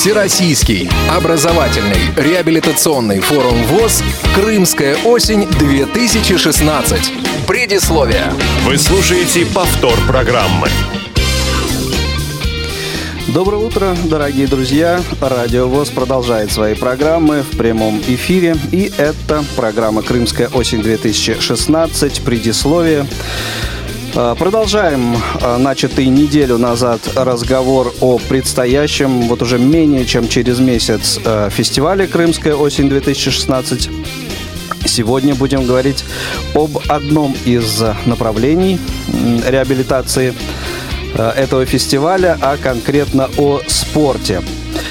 Всероссийский образовательный реабилитационный форум ВОС «Крымская осень-2016». Предисловие. Вы слушаете повтор программы. Доброе утро, дорогие друзья. Радио ВОС продолжает свои программы в прямом эфире. И это программа «Крымская осень-2016». Предисловие. Продолжаем начатый неделю назад разговор о предстоящем, вот уже менее чем через месяц, фестивале «Крымская осень-2016». Сегодня будем говорить об одном из направлений реабилитации этого фестиваля, а конкретно о спорте.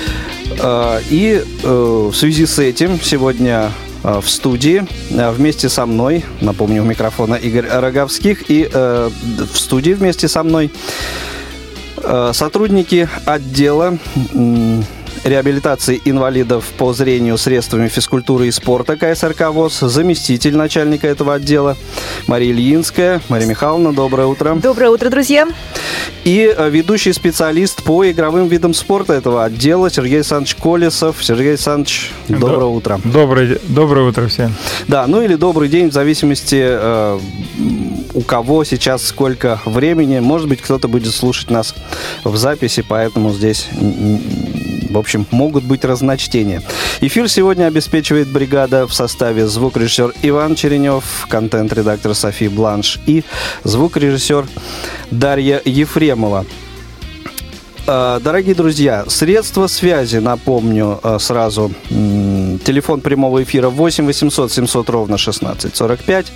И в связи с этим сегодня в студии вместе со мной, напомню, у микрофона Игорь Роговских, и в студии вместе со мной сотрудники отдела реабилитации инвалидов по зрению средствами физкультуры и спорта КСРК ВОС, заместитель начальника этого отдела Мария Ильинская. Мария Михайловна, доброе утро. Доброе утро, друзья. И ведущий специалист по игровым видам спорта этого отдела Сергей Александрович Колесов. Сергей Александрович, доброе утро. Доброе утро всем. Да, ну или добрый день, в зависимости, у кого сейчас сколько времени. Может быть, кто-то будет слушать нас в записи, поэтому здесь, в общем, могут быть разночтения. Эфир сегодня обеспечивает бригада в составе звукорежиссер Иван Черенев, контент-редактор София Бланш и звукорежиссер Дарья Ефремова. Дорогие друзья, средства связи, напомню сразу, телефон прямого эфира 8 800 700 ровно 1645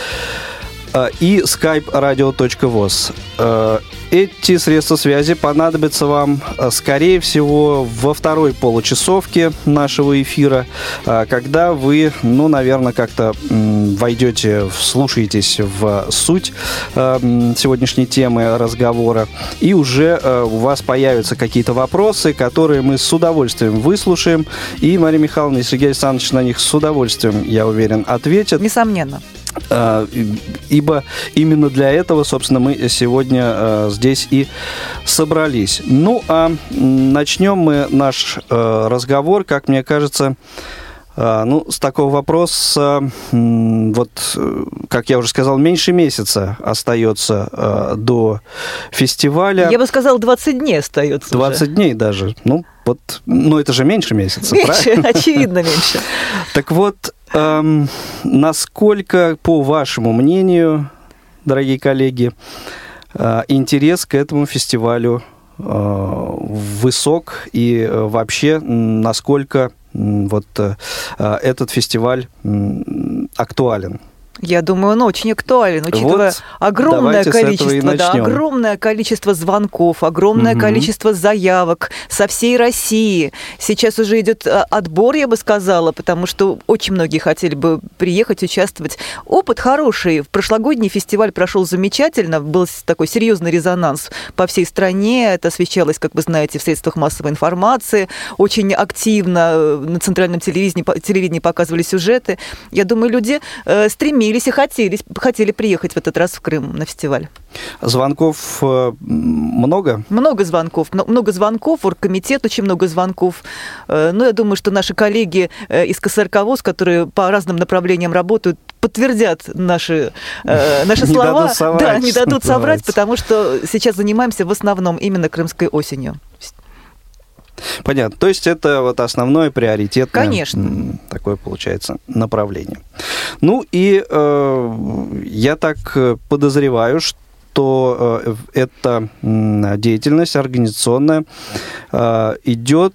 и skype radio.voz. Эти средства связи понадобятся вам, скорее всего, во второй получасовке нашего эфира, когда вы, наверное, как-то войдете, вслушаетесь в суть сегодняшней темы разговора, и уже у вас появятся какие-то вопросы, которые мы с удовольствием выслушаем, и Мария Михайловна и Сергей Александрович на них с удовольствием, я уверен, ответят. Несомненно. Ибо именно для этого, собственно, мы сегодня здесь и собрались. Ну, а начнем мы наш разговор, как мне кажется, с такого вопроса. Вот, как я уже сказал, меньше месяца остается до фестиваля. Я бы сказал, 20 дней остается 20 уже. Дней даже. Это же меньше месяца, меньше, правильно? Очевидно, меньше. Так вот, насколько, по вашему мнению, дорогие коллеги, интерес к этому фестивалю высок, и вообще, насколько этот фестиваль актуален? Я думаю, он очень актуален, учитывая огромное количество звонков, огромное количество заявок со всей России. Сейчас уже идет отбор, я бы сказала, потому что очень многие хотели бы приехать, участвовать. Опыт хороший. Прошлогодний фестиваль прошел замечательно, был такой серьезный резонанс по всей стране. Это освещалось, как вы знаете, в средствах массовой информации. Очень активно на центральном телевидении показывали сюжеты. Я думаю, люди стремились и хотели приехать в этот раз в Крым на фестиваль. Звонков много? Много звонков. В оргкомитет очень много звонков. Но я думаю, что наши коллеги из КСРК ВОС, которые по разным направлениям работают, подтвердят наши слова. Не дадут соврать, потому что сейчас занимаемся в основном именно Крымской осенью. Понятно. То есть это основное приоритетное, конечно, такое получается направление. Ну и я так подозреваю, что эта деятельность организационная идет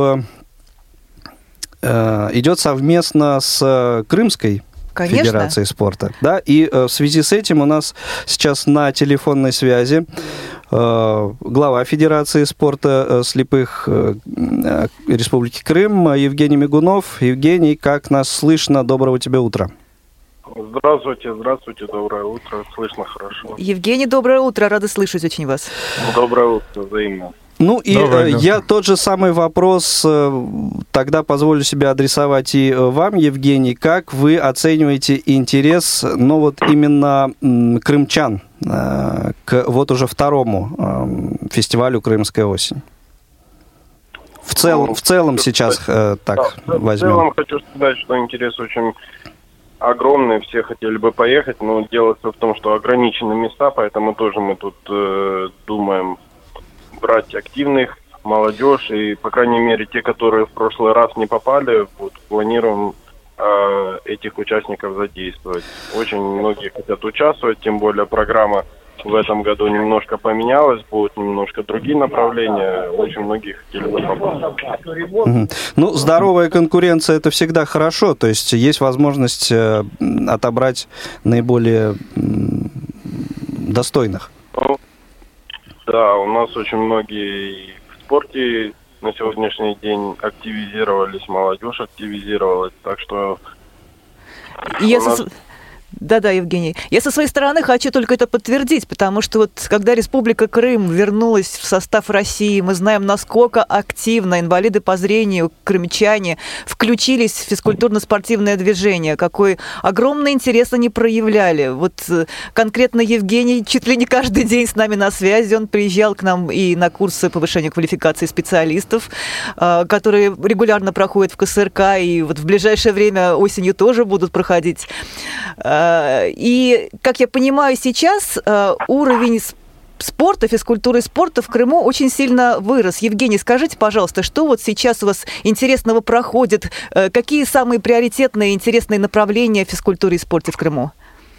совместно с Крымской Федерацией спорта. Да? И в связи с этим у нас сейчас на телефонной связи глава Федерации спорта слепых Республики Крым Евгений Мигунов. Евгений, как нас слышно? Доброго тебе утра. Здравствуйте, доброе утро, слышно хорошо. Евгений, доброе утро, рада слышать очень вас. Доброе утро, взаимно. Ну и я тот же самый вопрос тогда позволю себе адресовать и вам, Евгений. Как вы оцениваете интерес, именно крымчан к уже второму фестивалю «Крымская осень»? В целом сейчас так возьмем. В целом хочу сказать, что интерес очень огромный, все хотели бы поехать, но дело в том, что ограничены места, поэтому тоже мы тут думаем брать активных, молодежь, и, по крайней мере, те, которые в прошлый раз не попали, вот, планируем этих участников задействовать. Очень многие хотят участвовать, тем более программа в этом году немножко поменялась, будут немножко другие направления, очень многие хотели бы попасть. Ну, здоровая конкуренция – это всегда хорошо, то есть есть возможность отобрать наиболее достойных. Ну, да, у нас очень многие в спорте на сегодняшний день активизировались, молодежь активизировалась, так что... Да-да, Евгений. Я со своей стороны хочу только это подтвердить, потому что вот когда Республика Крым вернулась в состав России, мы знаем, насколько активно инвалиды по зрению, крымчане, включились в физкультурно-спортивное движение, какой огромный интерес они проявляли. Вот конкретно Евгений чуть ли не каждый день с нами на связи, он приезжал к нам и на курсы повышения квалификации специалистов, которые регулярно проходят в КСРК, и вот в ближайшее время осенью тоже будут проходить. И, как я понимаю, сейчас уровень спорта, физкультуры и спорта в Крыму очень сильно вырос. Евгений, скажите, пожалуйста, что вот сейчас у вас интересного проходит? Какие самые приоритетные, интересные направления в физкультуре и спорте в Крыму?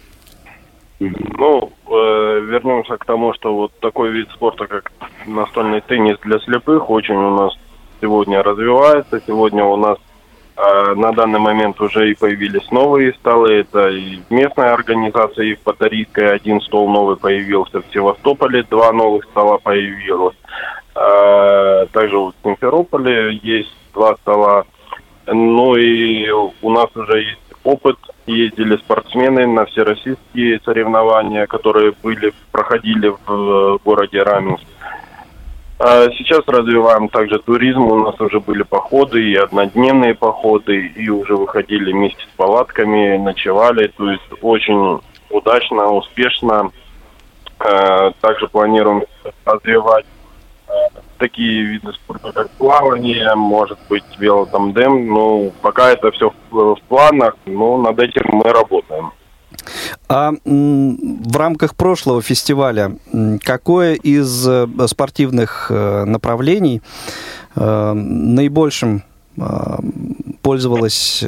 Ну, вернемся к тому, что вот такой вид спорта, как настольный теннис для слепых, очень у нас сегодня развивается. Сегодня у нас на данный момент уже и появились новые столы. Это и местная организация, и в Батарийской один стол новый появился, в Севастополе 2 новых стола появилось. Также в Симферополе есть 2 стола. Ну и у нас уже есть опыт. Ездили спортсмены на всероссийские соревнования, которые проходили в городе Раменск. Сейчас развиваем также туризм. У нас уже были походы, и однодневные походы, и уже выходили вместе с палатками, ночевали. То есть очень удачно, успешно. Также планируем развивать такие виды спорта, как плавание, может быть, велотандем. Ну, пока это все в планах, но над этим мы работаем. А в рамках прошлого фестиваля какое из спортивных направлений наибольшей пользовалось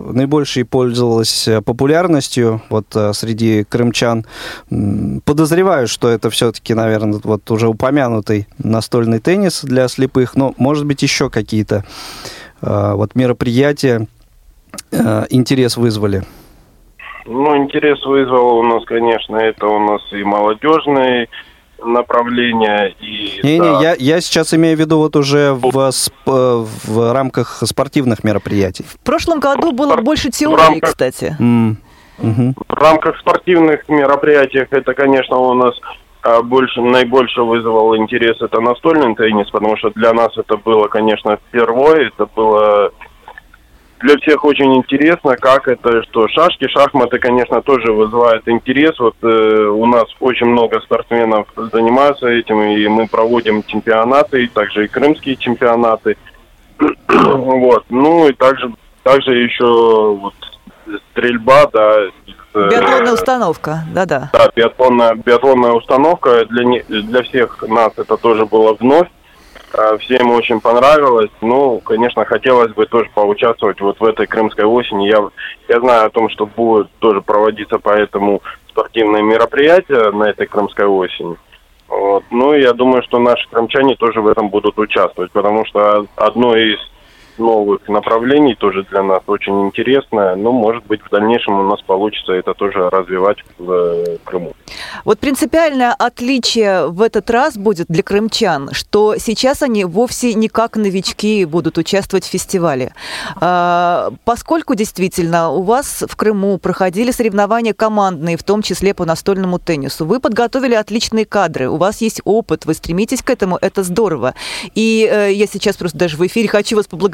популярностью вот среди крымчан? Подозреваю, что это все-таки, наверное, вот уже упомянутый настольный теннис для слепых, но, может быть, еще какие-то вот мероприятия интерес вызвали? Ну, интерес вызвало у нас, конечно, это у нас и молодежные направления, и... Я сейчас имею в виду вот уже в рамках спортивных мероприятий. В прошлом году было больше теории, кстати. В рамках спортивных мероприятий это, конечно, у нас наибольше вызвал интерес это настольный теннис, потому что для нас это было, конечно, впервые, это было... Для всех очень интересно, как это, что шашки, шахматы, конечно, тоже вызывают интерес. Вот у нас очень много спортсменов занимаются этим, и мы проводим чемпионаты, и также и крымские чемпионаты. Вот. Ну и также еще вот стрельба, да. Биатлонная установка, да-да. Да, биатлонная установка для всех нас это тоже было вновь. Всем очень понравилось. Ну, конечно, хотелось бы тоже поучаствовать вот в этой крымской осени. Я знаю о том, что будут тоже проводиться поэтому спортивные мероприятия на этой крымской осени. Вот. Ну, я думаю, что наши крымчане тоже в этом будут участвовать, потому что одно из новых направлений тоже для нас очень интересное. Но, может быть, в дальнейшем у нас получится это тоже развивать в Крыму. Вот принципиальное отличие в этот раз будет для крымчан, что сейчас они вовсе не как новички будут участвовать в фестивале. Поскольку действительно у вас в Крыму проходили соревнования командные, в том числе по настольному теннису, вы подготовили отличные кадры, у вас есть опыт, вы стремитесь к этому, это здорово. И я сейчас просто даже в эфире хочу вас поблагодарить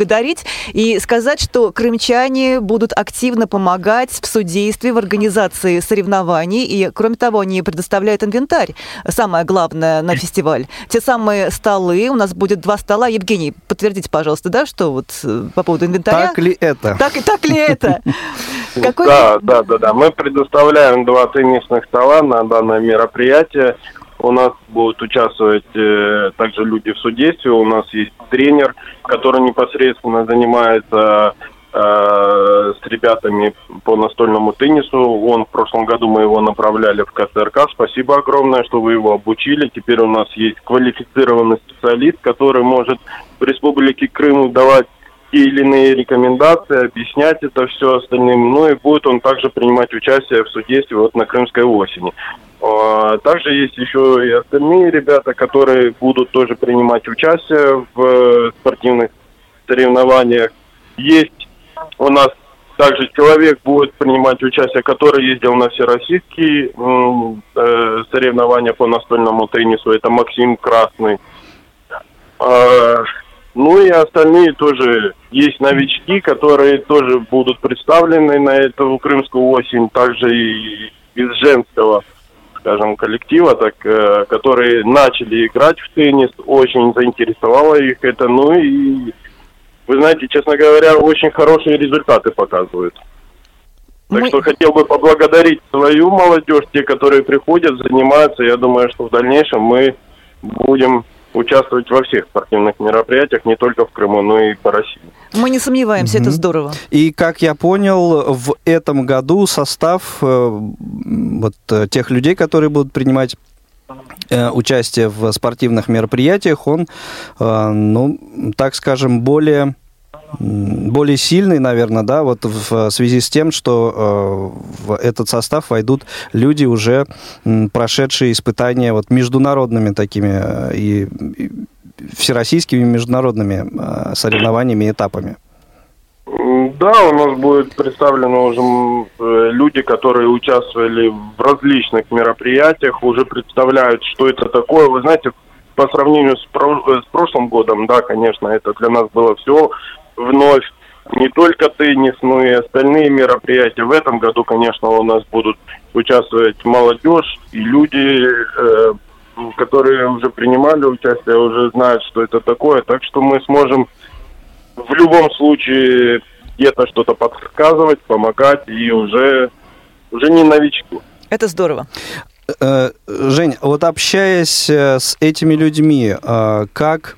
поблагодарить и сказать, что крымчане будут активно помогать в судействе, в организации соревнований. И, кроме того, они предоставляют инвентарь, самое главное, на фестиваль. Те самые столы, у нас будет 2 стола. Евгений, подтвердите, пожалуйста, да, что вот по поводу инвентаря? Так ли это? Так ли это? Да. Мы предоставляем 2 теннисных стола на данное мероприятие. У нас будут участвовать также люди в судействе. У нас есть тренер, который непосредственно занимается с ребятами по настольному теннису. В прошлом году мы его направляли в КСРК. Спасибо огромное, что вы его обучили. Теперь у нас есть квалифицированный специалист, который может в Республике Крым давать те или иные рекомендации, объяснять это все остальным. Ну и будет он также принимать участие в судействе на Крымской осени. Также есть еще и остальные ребята, которые будут тоже принимать участие в спортивных соревнованиях. Есть у нас также человек будет принимать участие, который ездил на всероссийские соревнования по настольному теннису. Это Максим Красный. Ну и остальные тоже есть новички, которые тоже будут представлены на эту крымскую осень, также и из женского, скажем, коллектива, которые начали играть в теннис, очень заинтересовало их это. Ну и, вы знаете, честно говоря, очень хорошие результаты показывают. Так что хотел бы поблагодарить свою молодежь, те, которые приходят, занимаются. Я думаю, что в дальнейшем мы будем участвовать во всех спортивных мероприятиях, не только в Крыму, но и по России. Мы не сомневаемся, это здорово. И, как я понял, в этом году состав тех людей, которые будут принимать участие в спортивных мероприятиях, он, так скажем, более сильный, наверное, да, вот в связи с тем, что в этот состав войдут люди, уже прошедшие испытания международными такими и всероссийскими международными соревнованиями и этапами. Да, у нас будут представлены уже люди, которые участвовали в различных мероприятиях, уже представляют, что это такое. Вы знаете, по сравнению с прошлым годом, да, конечно, это для нас было все вновь, не только теннис, но и остальные мероприятия. В этом году, конечно, у нас будут участвовать молодежь и люди, которые уже принимали участие, уже знают, что это такое. Так что мы сможем в любом случае где-то что-то подсказывать, помогать, и уже не новичку. Это здорово. Жень, вот общаясь с этими людьми, как...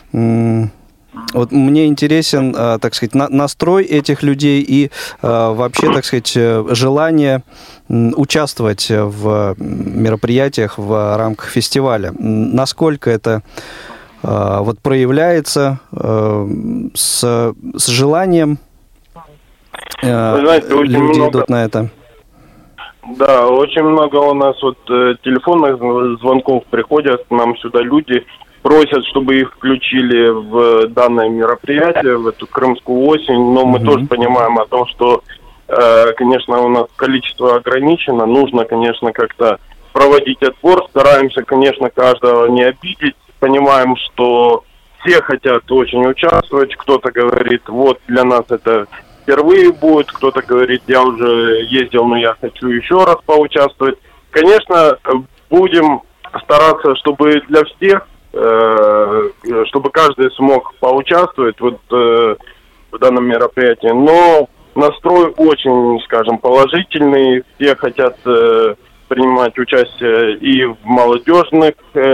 Вот мне интересен, так сказать, настрой этих людей и вообще, так сказать, желание участвовать в мероприятиях в рамках фестиваля. Насколько это проявляется с желанием, знаете, люди идут на это? Да, очень много у нас телефонных звонков приходят к нам сюда люди, просят, чтобы их включили в данное мероприятие, в эту крымскую осень, но мы тоже понимаем о том, что, конечно, у нас количество ограничено, нужно, конечно, как-то проводить отбор, стараемся, конечно, каждого не обидеть, понимаем, что все хотят очень участвовать, кто-то говорит, для нас это впервые будет, кто-то говорит, я уже ездил, но я хочу еще раз поучаствовать. Конечно, будем стараться, чтобы для всех, чтобы каждый смог поучаствовать в данном мероприятии. Но настрой очень, скажем, положительный. Все хотят принимать участие и в молодежных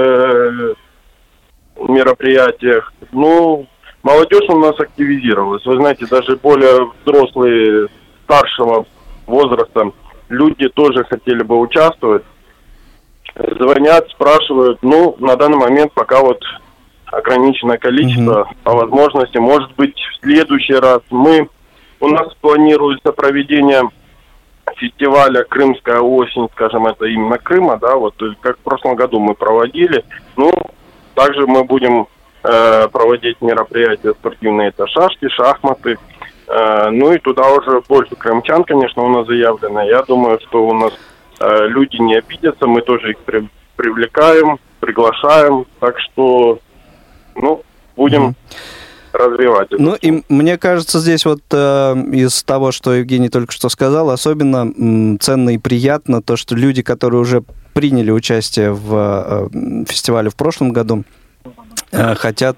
мероприятиях. Молодежь у нас активизировалась. Вы знаете, даже более взрослые, старшего возраста люди тоже хотели бы участвовать. Звонят, спрашивают. На данный момент пока ограниченное количество, по возможности. Может быть, в следующий раз у нас планируется проведение фестиваля «Крымская осень», скажем, это именно Крыма, да, как в прошлом году мы проводили. Также мы будем проводить мероприятия спортивные, это шашки, шахматы. И туда уже больше крымчан, конечно, у нас заявлено. Я думаю, что у нас люди не обидятся, мы тоже их привлекаем, приглашаем. Так что, будем развивать. Ну, и мне кажется, здесь вот из того, что Евгений только что сказал, особенно ценно и приятно то, что люди, которые уже приняли участие в фестивале в прошлом году, хотят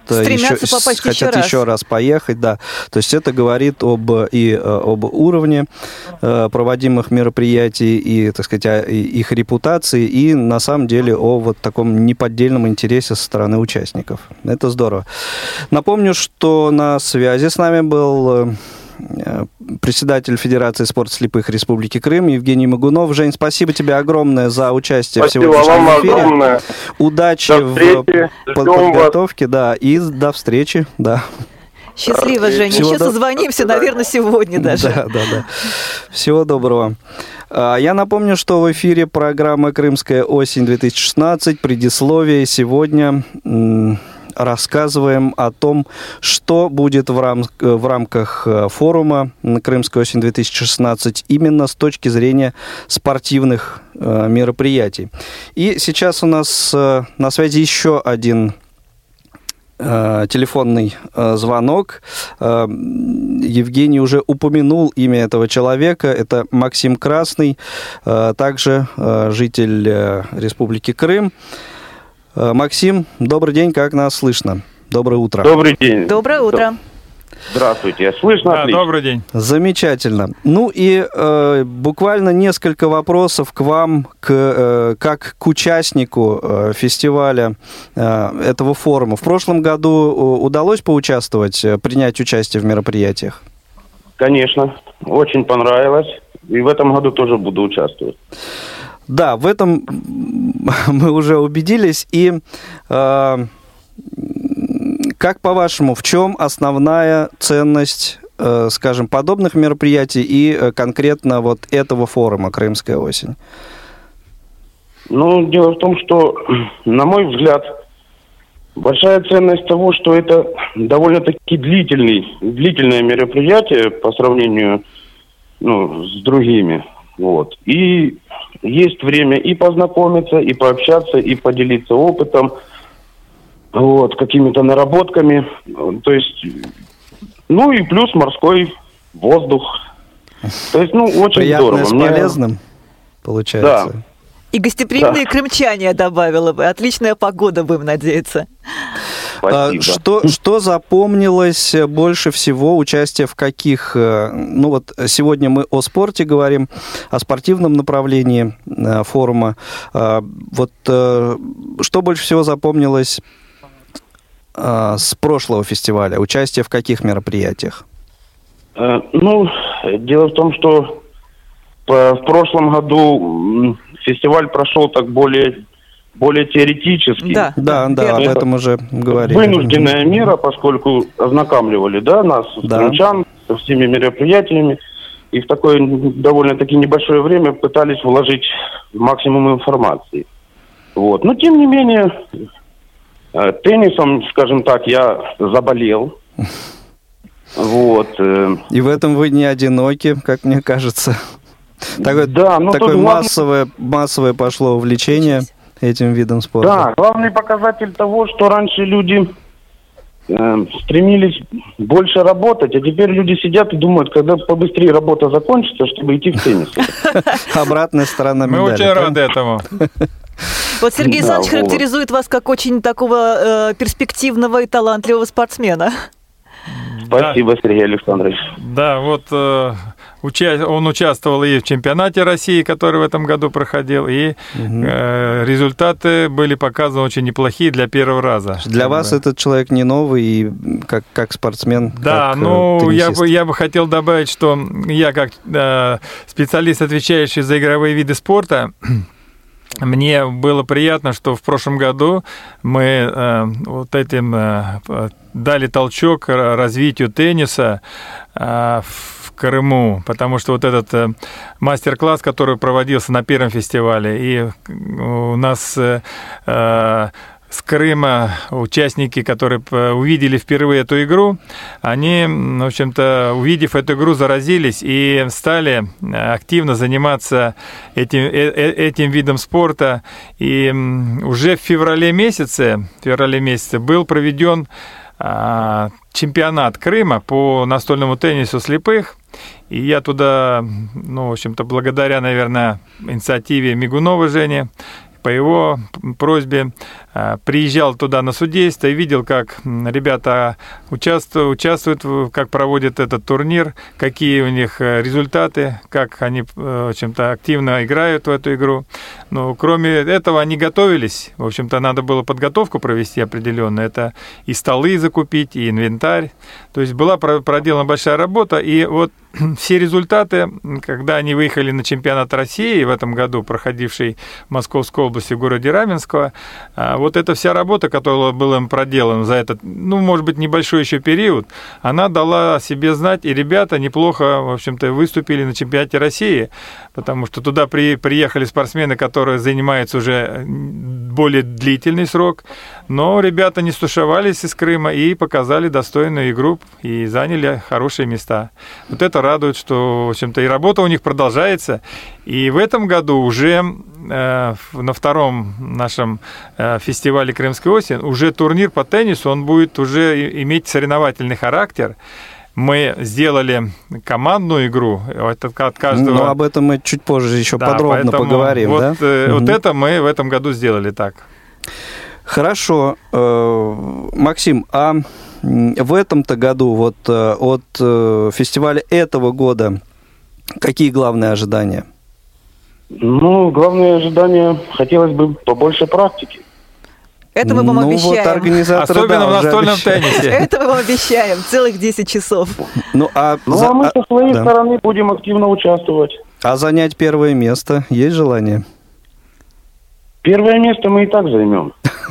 еще раз поехать, да. То есть это говорит об уровне проводимых мероприятий и, так сказать, их репутации, и на самом деле о вот таком неподдельном интересе со стороны участников. Это здорово. Напомню, что на связи с нами был председатель Федерации спорта слепых Республики Крым Евгений Мигунов. Жень, спасибо тебе огромное за участие в сегодняшнем эфире. Огромное. Удачи в подготовке, да, и до встречи, да. Счастливо, Женя. Еще созвонимся, наверное, сегодня даже. Да. Всего доброго. Я напомню, что в эфире программа «Крымская осень-2016». Предисловие. Сегодня рассказываем о том, что будет в рамках форума «Крымская осень-2016» именно с точки зрения спортивных мероприятий. И сейчас у нас на связи еще один телефонный звонок. Евгений уже упомянул имя этого человека. Это Максим Красный, также житель Республики Крым. Максим, добрый день, как нас слышно? Доброе утро. Добрый день. Доброе утро. Здравствуйте, слышно? Да, отлично. добрый день. Замечательно. Ну и буквально несколько вопросов к вам, как к участнику фестиваля этого форума. В прошлом году удалось поучаствовать, принять участие в мероприятиях? Конечно, очень понравилось. И в этом году тоже буду участвовать. Да, в этом мы уже убедились. И как, по-вашему, в чем основная ценность, скажем, подобных мероприятий и конкретно вот этого форума «Крымская осень»? Ну, дело в том, что, на мой взгляд, большая ценность того, что это довольно-таки длительное мероприятие по сравнению с другими. Вот. И есть время и познакомиться, и пообщаться, и поделиться опытом, какими-то наработками. То есть, и плюс морской воздух. То есть, очень приятное здорово. С полезным, получается. Да. И гостеприимные крымчане я добавила бы. Отличная погода, будем надеяться. Спасибо. Что запомнилось больше всего? Участие в каких... сегодня мы о спорте говорим, о спортивном направлении форума. Что больше всего запомнилось с прошлого фестиваля? Участие в каких мероприятиях? Дело в том, что в прошлом году фестиваль прошел так более теоретически. Да, об этом уже говорили. Вынужденная мера, поскольку ознакомливали, нас, крымчан, со всеми мероприятиями, и в такое довольно-таки небольшое время пытались вложить максимум информации. Но, тем не менее, теннисом, скажем так, я заболел. И в этом вы не одиноки, как мне кажется. Такое массовое пошло увлечение этим видом спорта. Да, главный показатель того, что раньше люди стремились больше работать, а теперь люди сидят и думают, когда побыстрее работа закончится, чтобы идти в теннис. Обратная сторона медали. Мы очень рады этому. Вот Сергей Александрович характеризует вас как очень такого перспективного и талантливого спортсмена. Спасибо, Сергей Александрович. Да, он участвовал и в чемпионате России, который в этом году проходил, и результаты были показаны очень неплохие для первого раза. Для вас этот человек не новый, и как спортсмен, да, теннисист. я бы хотел добавить, что я как специалист, отвечающий за игровые виды спорта, мне было приятно, что в прошлом году мы дали толчок развитию тенниса в Крыму, потому что этот мастер-класс, который проводился на первом фестивале, и у нас с Крыма участники, которые увидели впервые эту игру, они, в общем-то, увидев эту игру, заразились и стали активно заниматься этим видом спорта. И уже в феврале месяце был проведен чемпионат Крыма по настольному теннису слепых. И я туда, в общем-то, благодаря, наверное, инициативе Мигунова Жени, по его просьбе, приезжал туда на судейство и видел, как ребята участвуют, как проводят этот турнир, какие у них результаты, как они, в общем-то, активно играют в эту игру. Но кроме этого они готовились. В общем-то, надо было подготовку провести определенную. Это и столы закупить, и инвентарь. То есть была проделана большая работа. И вот все результаты, когда они выехали на чемпионат России в этом году, проходивший в Московской области, в городе Раменского, вот эта вся работа, которая была им проделана за этот, может быть, небольшой еще период, она дала о себе знать, и ребята неплохо, в общем-то, выступили на чемпионате России, потому что туда приехали спортсмены, которые занимаются уже более длительный срок, но ребята не стушевались из Крыма и показали достойную игру и заняли хорошие места. Вот это радует, что, в общем-то, и работа у них продолжается. И в этом году уже на втором нашем фестивале «Крымская осень» уже турнир по теннису, он будет уже иметь соревновательный характер. Мы сделали командную игру от каждого. Но об этом мы чуть позже еще подробно поговорим. Вот это мы в этом году сделали так. Хорошо. Максим, а в этом-то году вот от фестиваля этого года какие главные ожидания? Главное ожидание, хотелось бы побольше практики. Это мы вам обещаем. Вот организаторы, особенно в настольном теннисе. Это мы вам обещаем. Целых 10 часов. А мы со своей стороны будем активно участвовать. А занять первое место есть желание? Первое место мы и так займем.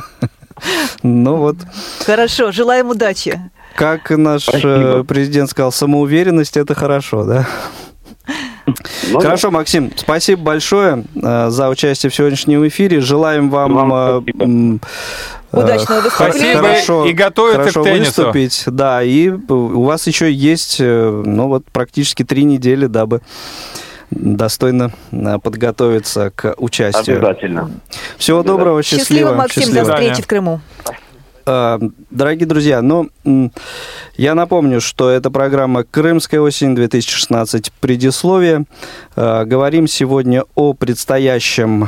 Хорошо, желаем удачи. Как наш президент сказал, самоуверенность – это хорошо, да? Хорошо, Максим, спасибо большое за участие в сегодняшнем эфире. Желаем вам удачного выступления. Спасибо, и готовиться к теннису. Выступить. Да, и у вас еще есть практически 3 недели, дабы достойно подготовиться к участию. Обязательно. Всего доброго, счастливо. Счастливо, Максим, до встречи в Крыму. Дорогие друзья, я напомню, что это программа «Крымская осень-2016. Предисловие». Говорим сегодня о предстоящем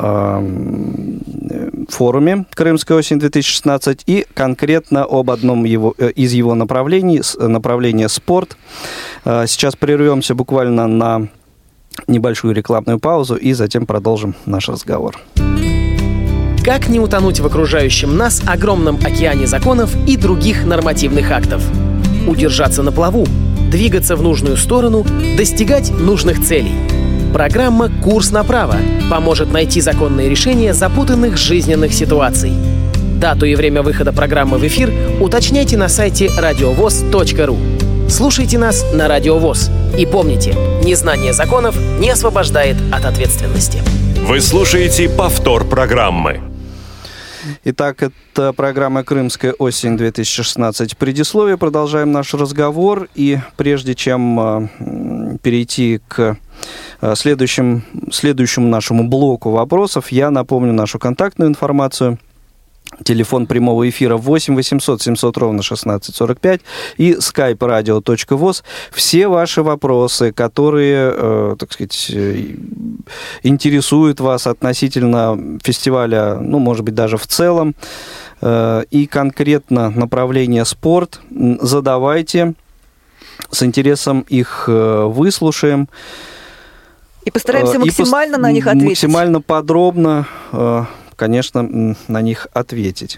форуме «Крымская осень-2016» и конкретно об одном из его направлений, направление «Спорт». Сейчас прервемся буквально на небольшую рекламную паузу и затем продолжим наш разговор. Как не утонуть в окружающем нас огромном океане законов и других нормативных актов? Удержаться на плаву, двигаться в нужную сторону, достигать нужных целей. Программа «Курс направо» поможет найти законные решения запутанных жизненных ситуаций. Дату и время выхода программы в эфир уточняйте на сайте radiovoz.ru. Слушайте нас на Радио ВОС. И помните, незнание законов не освобождает от ответственности. Вы слушаете повтор программы. Итак, это программа «Крымская осень-2016. Предисловие». Продолжаем наш разговор. И прежде чем перейти к следующему нашему блоку вопросов, я напомню нашу контактную информацию. Телефон прямого эфира 8 800 700 ровно 1645 и skype radio.voz. Все ваши вопросы, которые, интересуют вас относительно фестиваля, может быть, даже в целом, и конкретно направление спорт, задавайте. С интересом их выслушаем. И постараемся максимально на них ответить. Максимально подробно, конечно, на них ответить.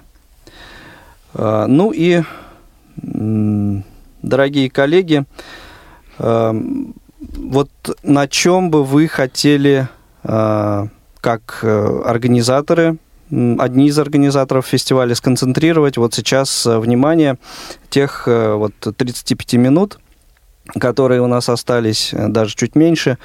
И, дорогие коллеги, вот на чем бы вы хотели, как организаторы, одни из организаторов фестиваля, сконцентрировать вот сейчас внимание тех 35 минут, которые у нас остались, даже чуть меньше,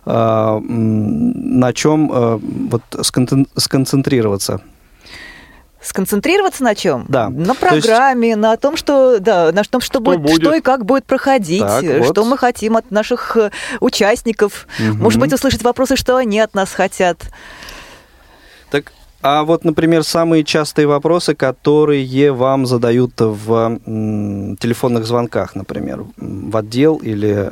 на чем сконцентрироваться? Сконцентрироваться на чем? Да. На программе, на том, что и как будет проходить, что мы хотим от наших участников. Может быть, услышать вопросы, что они от нас хотят. Так, А вот, например, самые частые вопросы, которые вам задают в телефонных звонках, например, в отдел или...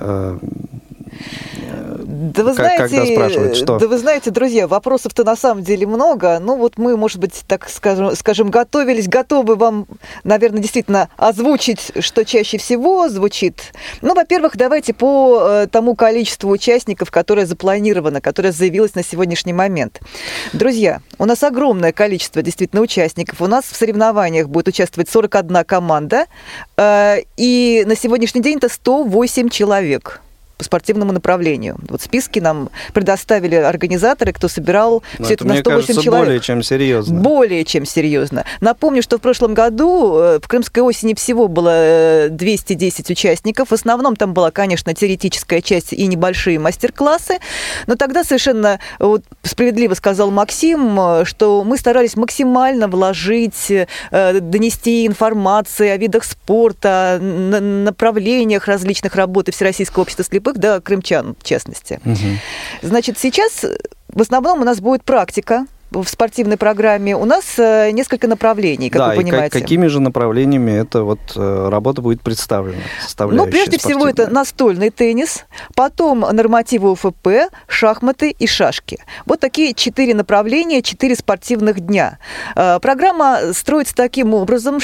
Да вы знаете, когда спрашивают, что? Да вы знаете, друзья, вопросов-то на самом деле много. Ну вот мы, может быть, так скажем, готовы вам, наверное, действительно озвучить, что чаще всего звучит. Ну, во-первых, давайте по тому количеству участников, которое запланировано, которое заявилось на сегодняшний момент. Друзья, у нас огромное количество действительно участников. У нас в соревнованиях будет участвовать 41 команда, и на сегодняшний день это 108 человек по спортивному направлению. Вот списки нам предоставили организаторы, кто собирал все это на 108 кажется, человек. Более чем серьезно. Более чем серьезно. Напомню, что в прошлом году в Крымской осени всего было 210 участников. В основном там была, конечно, теоретическая часть и небольшие мастер-классы. Но тогда совершенно справедливо сказал Максим, что мы старались максимально вложить, донести информации о видах спорта, направлениях различных работы Всероссийского общества слепых до крымчан, в частности. Значит, сейчас в основном у нас будет практика в спортивной программе. У нас несколько направлений, как вы понимаете. Да, и какими же направлениями эта работа будет представлена? Ну, прежде всего, это настольный теннис, потом нормативы УФП, шахматы и шашки. Вот такие 4 направления, 4 спортивных дня. Программа строится таким образом,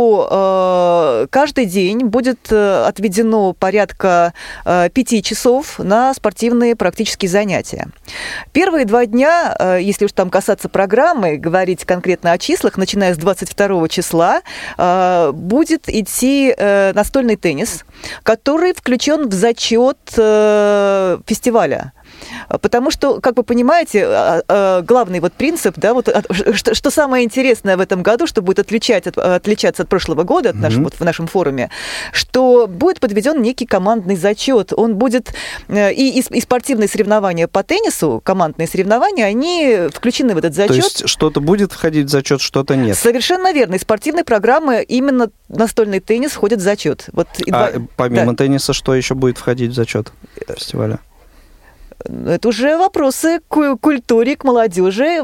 что каждый день будет отведено порядка 5 часов на спортивные практические занятия. Первые 2 дня, если уж там касаться программы, говорить конкретно о числах, начиная с 22 числа, будет идти настольный теннис, который включен в зачет фестиваля. Потому что, как вы понимаете, главный принцип, да, что самое интересное в этом году, что будет отличаться от прошлого года, в нашем форуме, что будет подведен некий командный зачет. Он будет и спортивные соревнования по теннису, командные соревнования, они включены в этот зачет. То есть что-то будет входить в зачет, что-то нет? Совершенно верно. Из спортивной программы именно настольный теннис входит в зачет. Помимо тенниса, что еще будет входить в зачет фестиваля? Это уже вопросы к культуре, к молодежи.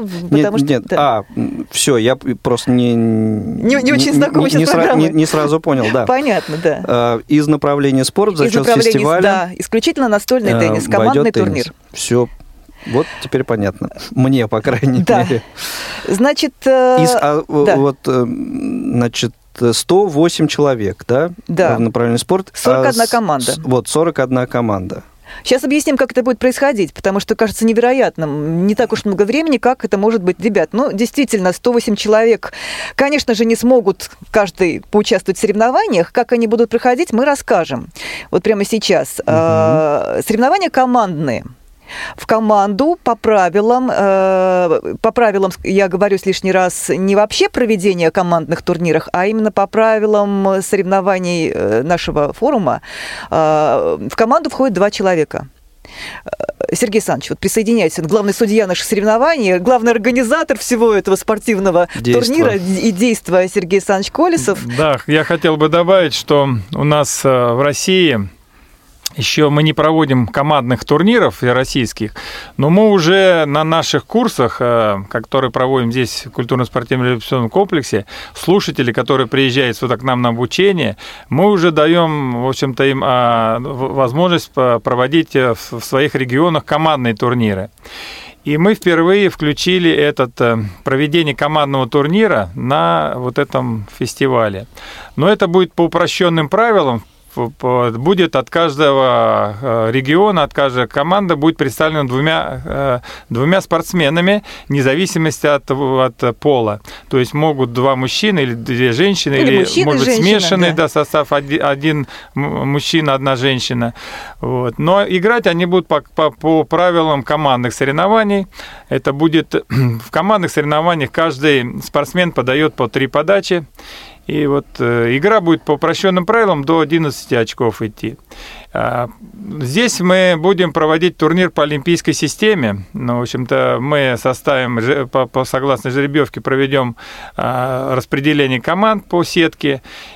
Все, я просто не очень знакома сейчас с программой. Не сразу понял, да. Понятно, да. Из направления спорт, за счет фестиваля. Да, исключительно настольный теннис, командный турнир. Все, вот теперь понятно. Мне, по крайней мере. Значит, 108 человек, да? Да. В направлении спорт. 41 команда. 41 команда. Сейчас объясним, как это будет происходить, потому что кажется невероятным. Не так уж много времени, как это может быть. Ребят, действительно, 108 человек, конечно же, не смогут каждый поучаствовать в соревнованиях. Как они будут проходить, мы расскажем. Вот прямо сейчас. Соревнования командные. В команду по правилам, я говорю лишний раз, не вообще проведение командных турниров, а именно по правилам соревнований нашего форума, в команду входит 2 человека. Сергей Александрович, присоединяйтесь. Он главный судья наших соревнований, главный организатор всего этого спортивного турнира и действа Сергей Александрович Колесов. Да, я хотел бы добавить, что у нас в России еще мы не проводим командных турниров российских, но мы уже на наших курсах, которые проводим здесь в культурно-спортивном репрессионном комплексе, слушатели, которые приезжают сюда к нам на обучение, мы уже даем, в общем-то, им возможность проводить в своих регионах командные турниры. И мы впервые включили проведение командного турнира на этом фестивале. Но это будет по упрощенным правилам. Будет от каждого региона, от каждой команды будет представлена двумя спортсменами, вне зависимости от пола. То есть могут 2 мужчины или 2 женщины, или мужчина, может быть, женщина, смешанный состав, 1 мужчина, 1 женщина. Но играть они будут по правилам командных соревнований. Это будет в командных соревнованиях каждый спортсмен подает по 3 подачи. И игра будет по упрощенным правилам до 11 очков идти. Здесь мы будем проводить турнир по олимпийской системе. В общем-то, мы составим, согласно жеребьевке, проведем распределение команд по сетке.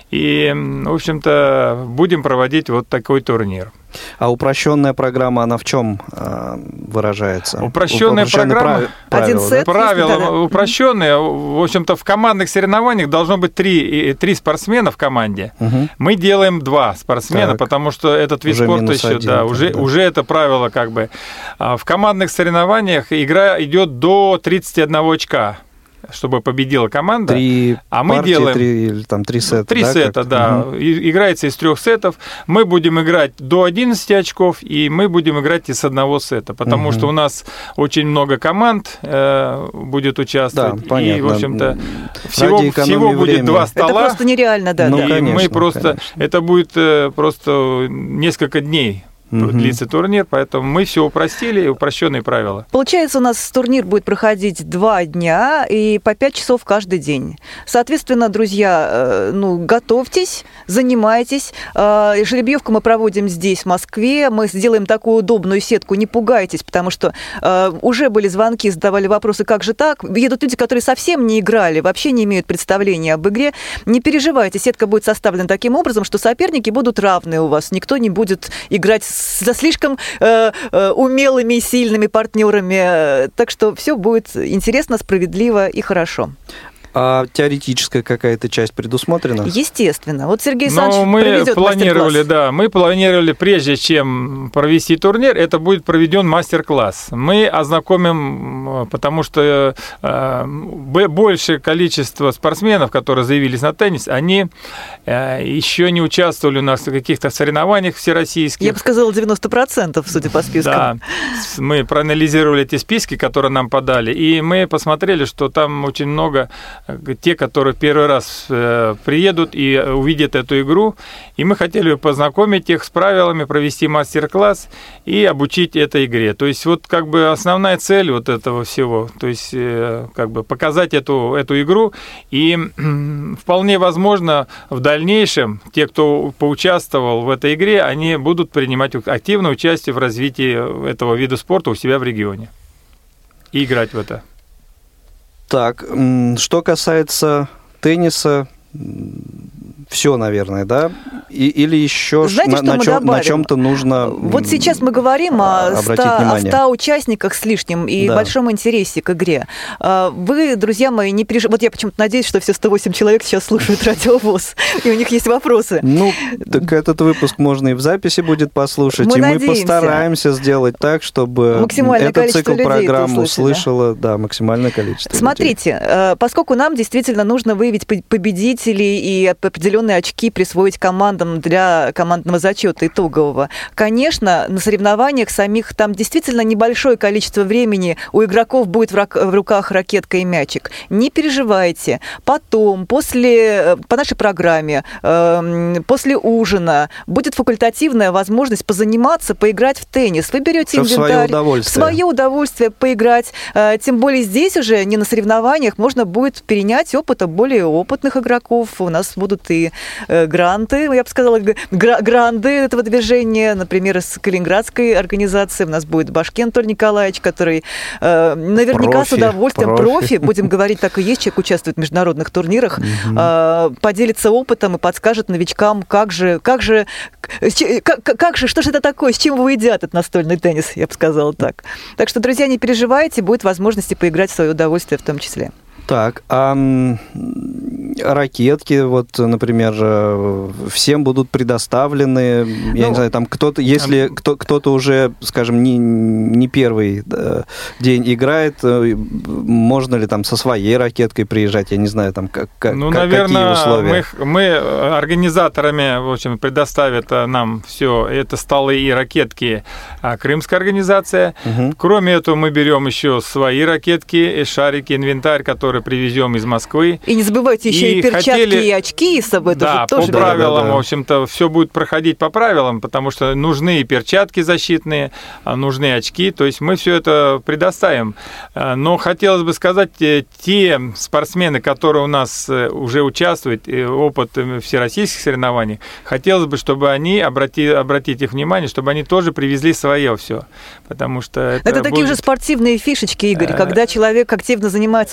И, в общем-то, будем проводить вот такой турнир. А упрощенная программа, она в чем выражается? Упрощенная программа, один сет, правила упрощенные. В общем-то, в командных соревнованиях должно быть три спортсмена в команде. Угу. Мы делаем 2 спортсмена, так. потому что этот вид Уже спорта еще, -1, уже это правило как бы. В командных соревнованиях игра идет до 31 очка, чтобы победила команда. 3 а мы партии, делаем 3 сета. 3 сета, да. Угу. Играется из 3 сетов. Мы будем играть до 11 очков, и мы будем играть из 1 сета, потому что у нас очень много команд будет участвовать. Да, понятно. И, в общем-то, всего будет 2 стола. Это просто нереально, да. Ну, И конечно, мы просто... конечно. Это будет просто несколько дней. Длится турнир, поэтому мы все упростили, упрощенные правила. Получается, у нас турнир будет проходить 2 дня и по 5 часов каждый день. Соответственно, друзья, готовьтесь, занимайтесь. Жеребьевку мы проводим здесь, в Москве. Мы сделаем такую удобную сетку, не пугайтесь, потому что уже были звонки, задавали вопросы, как же так? Едут люди, которые совсем не играли, вообще не имеют представления об игре. Не переживайте, сетка будет составлена таким образом, что соперники будут равны у вас. Никто не будет играть со слишком умелыми и сильными партнерами. Так что все будет интересно, справедливо и хорошо. А теоретическая какая-то часть предусмотрена? Естественно. Вот Сергей Александрович мы проведет планировали, мы планировали, прежде чем провести турнир, это будет проведен мастер-класс. Мы ознакомим, потому что большее количество спортсменов, которые заявились на теннис, они еще не участвовали у нас в каких-то соревнованиях всероссийских. Я бы сказала, 90%, судя по спискам. Да, мы проанализировали эти списки, которые нам подали, и мы посмотрели, что там очень много те, которые первый раз приедут и увидят эту игру, и мы хотели познакомить их с правилами, провести мастер-класс и обучить этой игре. То есть вот как бы основная цель вот этого всего, то есть как бы показать эту игру, и вполне возможно в дальнейшем те, кто поучаствовал в этой игре, они будут принимать активное участие в развитии этого вида спорта у себя в регионе и играть в это. Так, что касается тенниса, все, наверное, да? Или еще на чем-то нужно Вот сейчас мы говорим о 100 участниках с лишним и большом интересе к игре. Вы, друзья мои, не переживайте. Вот я почему-то надеюсь, что все 108 человек сейчас слушают Радио ВОС, и у них есть вопросы. Ну, так этот выпуск можно и в записи будет послушать, мы постараемся сделать так, чтобы этот цикл программ услышало максимальное количество людей. Смотрите, поскольку нам действительно нужно выявить победителей и определенные очки присвоить командам для командного зачета итогового. Конечно, на соревнованиях самих там действительно небольшое количество времени у игроков будет в руках ракетка и мячик. Не переживайте. Потом, по нашей программе, после ужина будет факультативная возможность позаниматься, поиграть в теннис. Вы берете инвентарь, в свое удовольствие поиграть. Тем более здесь уже не на соревнованиях можно будет перенять опыта более опытных игроков. У нас будут и гранты, я бы сказала, гранды этого движения, например, из калининградской организации. У нас будет Башкент Анатолий Николаевич, который наверняка с удовольствием, профи, будем говорить, так и есть, человек участвует в международных турнирах, поделится опытом и подскажет новичкам, что же это такое, с чем его едят этот настольный теннис, я бы сказала так. Так что, друзья, не переживайте, будет возможность поиграть в свое удовольствие в том числе. Так, а ракетки, вот, например, всем будут предоставлены, я не знаю, там кто-то, если кто-то уже, скажем, не первый день играет, можно ли там со своей ракеткой приезжать, я не знаю, там наверное, какие условия? Мы организаторами, в общем, предоставят нам все, это столы и ракетки крымская организация. Угу. Кроме этого, мы берем еще свои ракетки, шарики, инвентарь, который привезем из Москвы. И не забывайте еще и перчатки, и очки с собой тоже. По правилам, в общем-то, все будет проходить по правилам, потому что нужны и перчатки защитные, нужны очки, то есть мы все это предоставим. Но хотелось бы сказать, те спортсмены, которые у нас уже участвуют, опыт всероссийских соревнований, хотелось бы, чтобы они, обратить их внимание, чтобы они тоже привезли свое все, потому что... Это такие уже спортивные фишечки, Игорь, когда человек активно занимается спортом,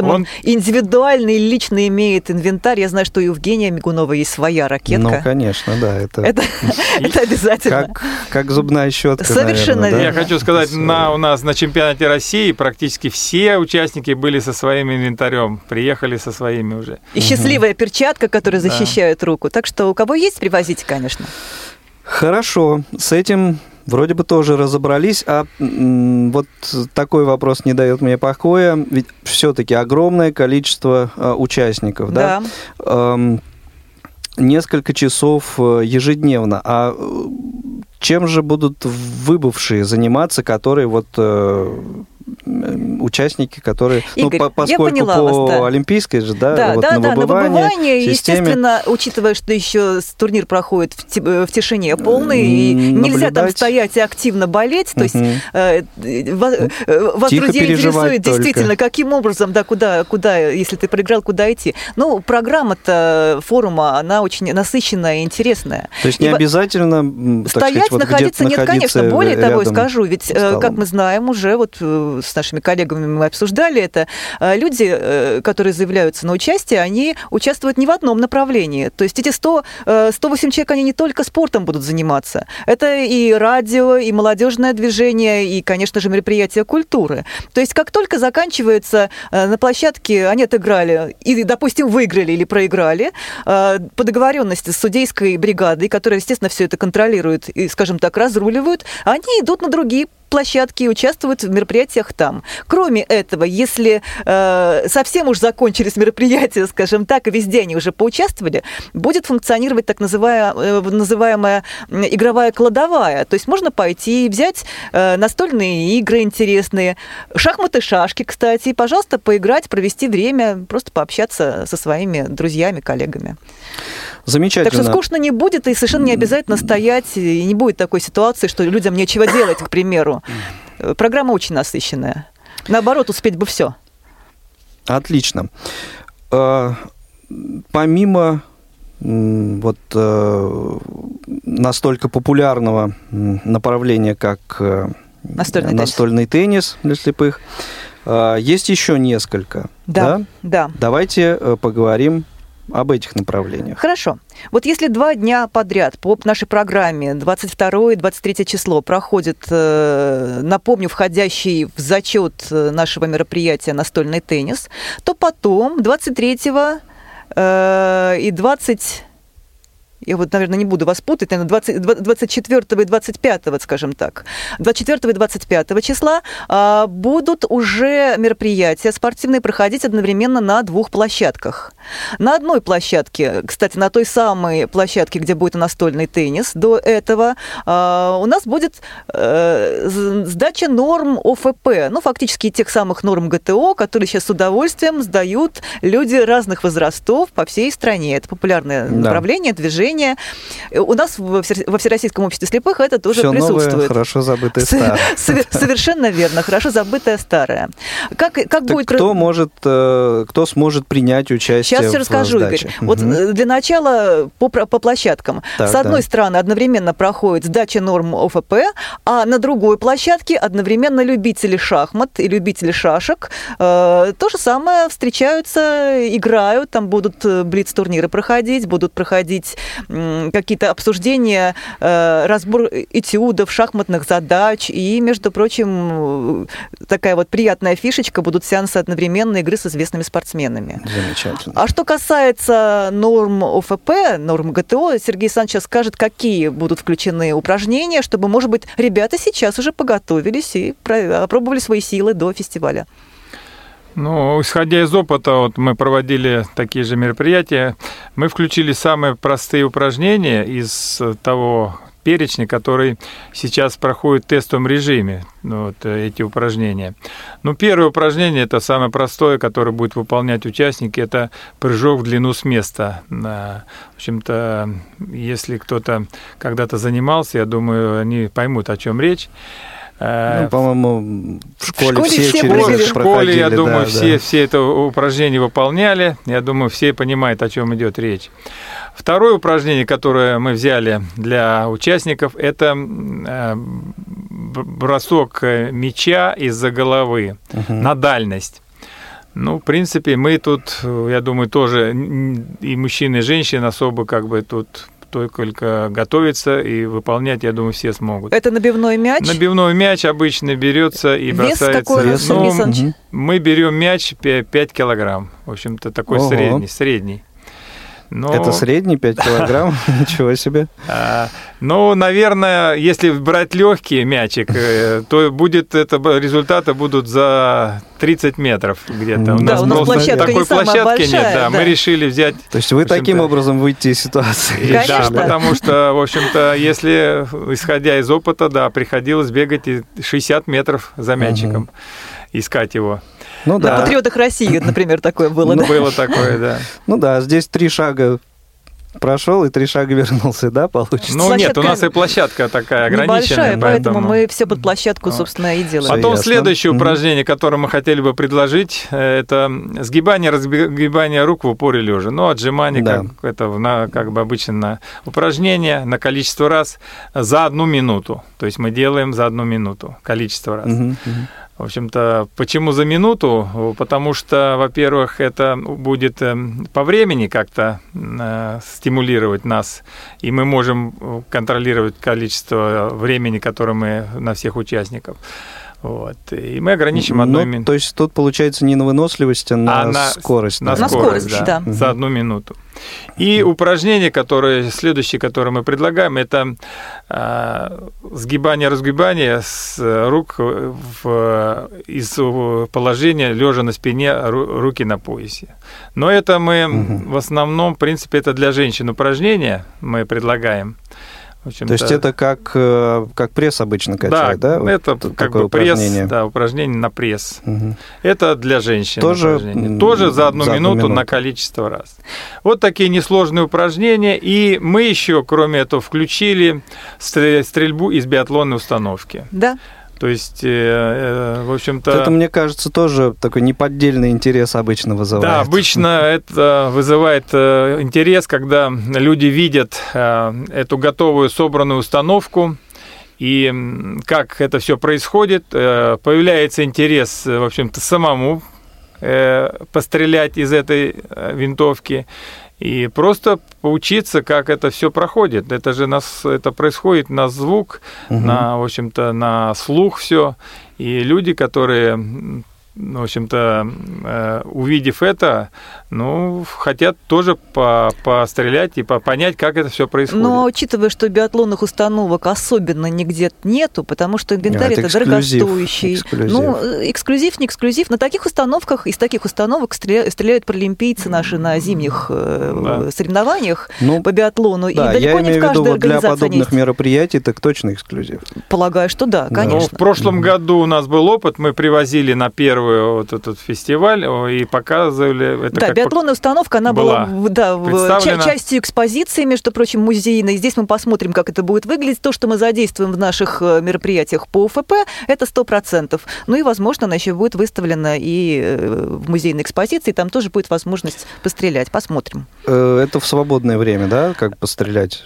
он индивидуальный, лично имеет инвентарь. Я знаю, что у Евгения Мигунова есть своя ракетка. Ну, конечно, да. Это обязательно. Как зубная щетка. Совершенно наверное, верно. Я хочу сказать, у нас на чемпионате России практически все участники были со своим инвентарем, приехали со своими уже. И счастливая перчатка, которая защищает руку. Так что у кого есть, привозите, конечно. Хорошо, с этим вроде бы тоже разобрались, а вот такой вопрос не дает мне покоя, ведь все-таки огромное количество участников, да? Несколько часов ежедневно, а чем же будут выбывшие заниматься, которые вот участники, которые, Игорь, поскольку по вас, да. олимпийской же, да, вот на выбывание, системе... естественно, учитывая, что еще турнир проходит в тишине полной, и нельзя там стоять и активно болеть, то есть вас, друзья, интересует действительно, каким образом, да, куда, если ты проиграл, куда идти. Ну, программа-то форума, она очень насыщенная и интересная. То есть не обязательно стоять, находиться, нет, конечно, более того, скажу, ведь, как мы знаем, уже вот с нашими коллегами мы обсуждали это, люди, которые заявляются на участие, они участвуют не в одном направлении. То есть эти 108 человек, они не только спортом будут заниматься. Это и радио, и молодежное движение, и, конечно же, мероприятия культуры. То есть как только заканчивается на площадке, они отыграли, и, допустим, выиграли или проиграли, по договоренности с судейской бригадой, которая, естественно, все это контролирует и, скажем так, разруливают, они идут на другие площадки и участвуют в мероприятиях там. Кроме этого, если совсем уж закончились мероприятия, скажем так, и везде они уже поучаствовали, будет функционировать так называемая игровая кладовая. То есть можно пойти и взять настольные игры интересные, шахматы, шашки, кстати, и, пожалуйста, поиграть, провести время, просто пообщаться со своими друзьями, коллегами. Замечательно. Так что скучно не будет, и совершенно не обязательно стоять, и не будет такой ситуации, что людям нечего делать, к примеру. Программа очень насыщенная. Наоборот, успеть бы все. Отлично. Помимо вот настолько популярного направления, как настольный теннис для слепых, есть еще несколько. Да. Давайте поговорим об этих направлениях. Хорошо. Вот если 2 дня подряд по нашей программе 22 и 23 число проходит, напомню, входящий в зачет нашего мероприятия настольный теннис, то потом 23 и 20... Я вот, наверное, не буду вас путать, наверное, 24 и 25, скажем так, 24 и 25 числа будут уже мероприятия спортивные проходить одновременно на 2 площадках. На одной площадке, кстати, на той самой площадке, где будет настольный теннис, до этого у нас будет сдача норм ОФП, ну, фактически тех самых норм ГТО, которые сейчас с удовольствием сдают люди разных возрастов по всей стране. Это популярное направление, движение. У нас во Всероссийском обществе слепых это тоже всё присутствует. Новое, хорошо забытое старое. Совершенно верно, хорошо забытое старое. Как будет... Кто сможет принять участие? Сейчас все расскажу, Игорь. Вот для начала по площадкам. С одной стороны, одновременно проходит сдача норм ОФП, а на другой площадке одновременно любители шахмат и любители шашек то же самое встречаются, играют, там будут блиц-турниры проходить, будут проходить какие-то обсуждения, разбор этюдов, шахматных задач. И, между прочим, такая вот приятная фишечка, будут сеансы одновременной игры с известными спортсменами. Замечательно. А что касается норм ОФП, норм ГТО, Сергей Александрович сейчас скажет, какие будут включены упражнения, чтобы, может быть, ребята сейчас уже поготовились и опробовали свои силы до фестиваля. Ну, исходя из опыта, вот мы проводили такие же мероприятия, мы включили самые простые упражнения из того перечня, который сейчас проходит в тестовом режиме, вот эти упражнения. Ну, первое упражнение, это самое простое, которое будет выполнять участники, это прыжок в длину с места. В общем-то, если кто-то когда-то занимался, я думаю, они поймут, о чем речь. Ну, по-моему, в школе все в школе, я думаю, все это упражнение выполняли. Я думаю, все понимают, о чем идет речь. Второе упражнение, которое мы взяли для участников, это бросок мяча из-за головы на дальность. Ну, в принципе, мы тут, я думаю, тоже и мужчины, и женщины особо как бы тут только готовиться и выполнять, я думаю, все смогут. Это набивной мяч? Набивной мяч обычно берется и вес бросается. Какой, Сергей Александрович? Мы берем мяч 5 килограмм. В общем-то, такой средний. Но... Это средний 5 килограмм? Ничего себе. Ну, наверное, если брать легкий мячик, то результаты будут за 30 метров где-то. У нас площадка такой не самая площадки большая, нет, да. Мы решили взять... То есть вы таким образом выйти из ситуации? Конечно. Да, потому что, в общем-то, если, исходя из опыта, да, приходилось бегать 60 метров за мячиком, искать его. Ну, на «Патриотах России», например, такое было, да? Было такое, да. Ну да, здесь 3 шага прошел и 3 шага вернулся, да, получится? Ну нет, у нас и площадка такая ограниченная. Небольшая, поэтому мы все под площадку, собственно, и делаем. Потом следующее упражнение, которое мы хотели бы предложить, это сгибание, разгибание рук в упоре лежа. Ну, отжимание, как бы обычно упражнение на количество раз за 1 минуту. То есть мы делаем за 1 минуту количество раз. В общем-то, почему за минуту? Потому что, во-первых, это будет по времени как-то стимулировать нас, и мы можем контролировать количество времени, которое мы на всех участников. Вот. И мы ограничим 1 минуту. То есть тут получается не на выносливость, а на скорость. На скорость, да. За 1 минуту. И упражнение, следующее, которое мы предлагаем, это сгибание-разгибание с рук из положения лежа на спине, руки на поясе. Но это мы в основном, в принципе, это для женщин упражнение мы предлагаем. То есть это как пресс обычно качать, да? Да, это как бы пресс, упражнение на пресс. Это для женщин тоже за 1 минуту на количество раз. Вот такие несложные упражнения. И мы еще, кроме этого, включили стрельбу из биатлонной установки. Да. То есть, в общем-то... Это, мне кажется, тоже такой неподдельный интерес обычно вызывает. Да, обычно это вызывает интерес, когда люди видят эту готовую собранную установку, и как это все происходит, появляется интерес, в общем-то, самому пострелять из этой винтовки, и просто поучиться, как это все проходит. Это же это происходит на звук, в общем-то, на слух все. И люди, которые, в общем-то, увидев это, хотят тоже пострелять и понять, как это все происходит. Но учитывая, что биатлонных установок особенно нигде нету, потому что инвентарь это дорогостоящий. Эксклюзив, не эксклюзив. На таких установках, из таких установок стреляют паралимпийцы наши на зимних соревнованиях по биатлону. Да, и далеко не в каждой организации для подобных мероприятий так точно эксклюзив. Полагаю, что да, конечно. В прошлом году у нас был опыт, мы привозили на первый вот этот фестиваль и показывали это. Биатлонная установка, она была частью экспозиции, между прочим, музейной. Здесь мы посмотрим, как это будет выглядеть. То, что мы задействуем в наших мероприятиях по УФП, это 100%. Ну и, возможно, она еще будет выставлена и в музейной экспозиции, там тоже будет возможность пострелять. Посмотрим. Это в свободное время, да, как пострелять?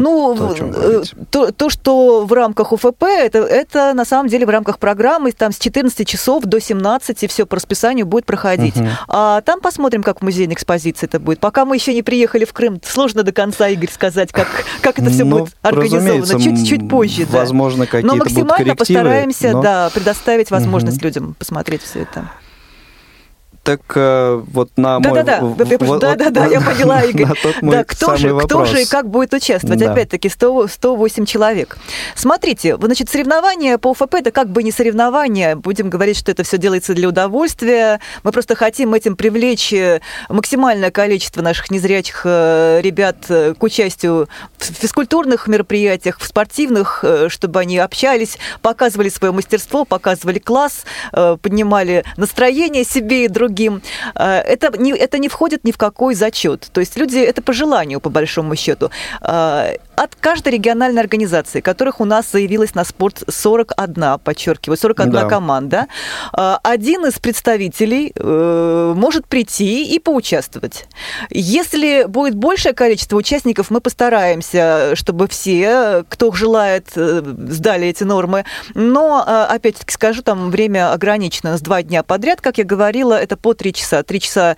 То, что в рамках УФП, это на самом деле в рамках программы, там с 14 часов до 17 все по расписанию будет проходить. А там посмотрим, как в музейной экспозиции это будет. Пока мы еще не приехали в Крым, сложно до конца, Игорь, сказать, как это все будет организовано. Чуть позже. Возможно, какие-то будут коррективы. Но максимально постараемся предоставить возможность людям посмотреть все это. Так вот на мой... Да, я поняла, Игорь. Кто же и как будет участвовать? Опять-таки 108 человек. Смотрите, значит, соревнования по УФП это как бы не соревнования. Будем говорить, что это все делается для удовольствия. Мы просто хотим этим привлечь максимальное количество наших незрячих ребят к участию в физкультурных мероприятиях, в спортивных, чтобы они общались, показывали свое мастерство, показывали класс, поднимали настроение себе и другим. Это не входит ни в какой зачет. То есть люди, это по желанию, по большому счету. от каждой региональной организации, которых у нас заявилось на спорт 41, подчеркиваю, 41 команда, один из представителей может прийти и поучаствовать. Если будет большее количество участников, мы постараемся, чтобы все, кто желает, сдали эти нормы. Но, опять-таки скажу, там время ограничено с 2 дня подряд. Как я говорила, это по 3 часа. 3 часа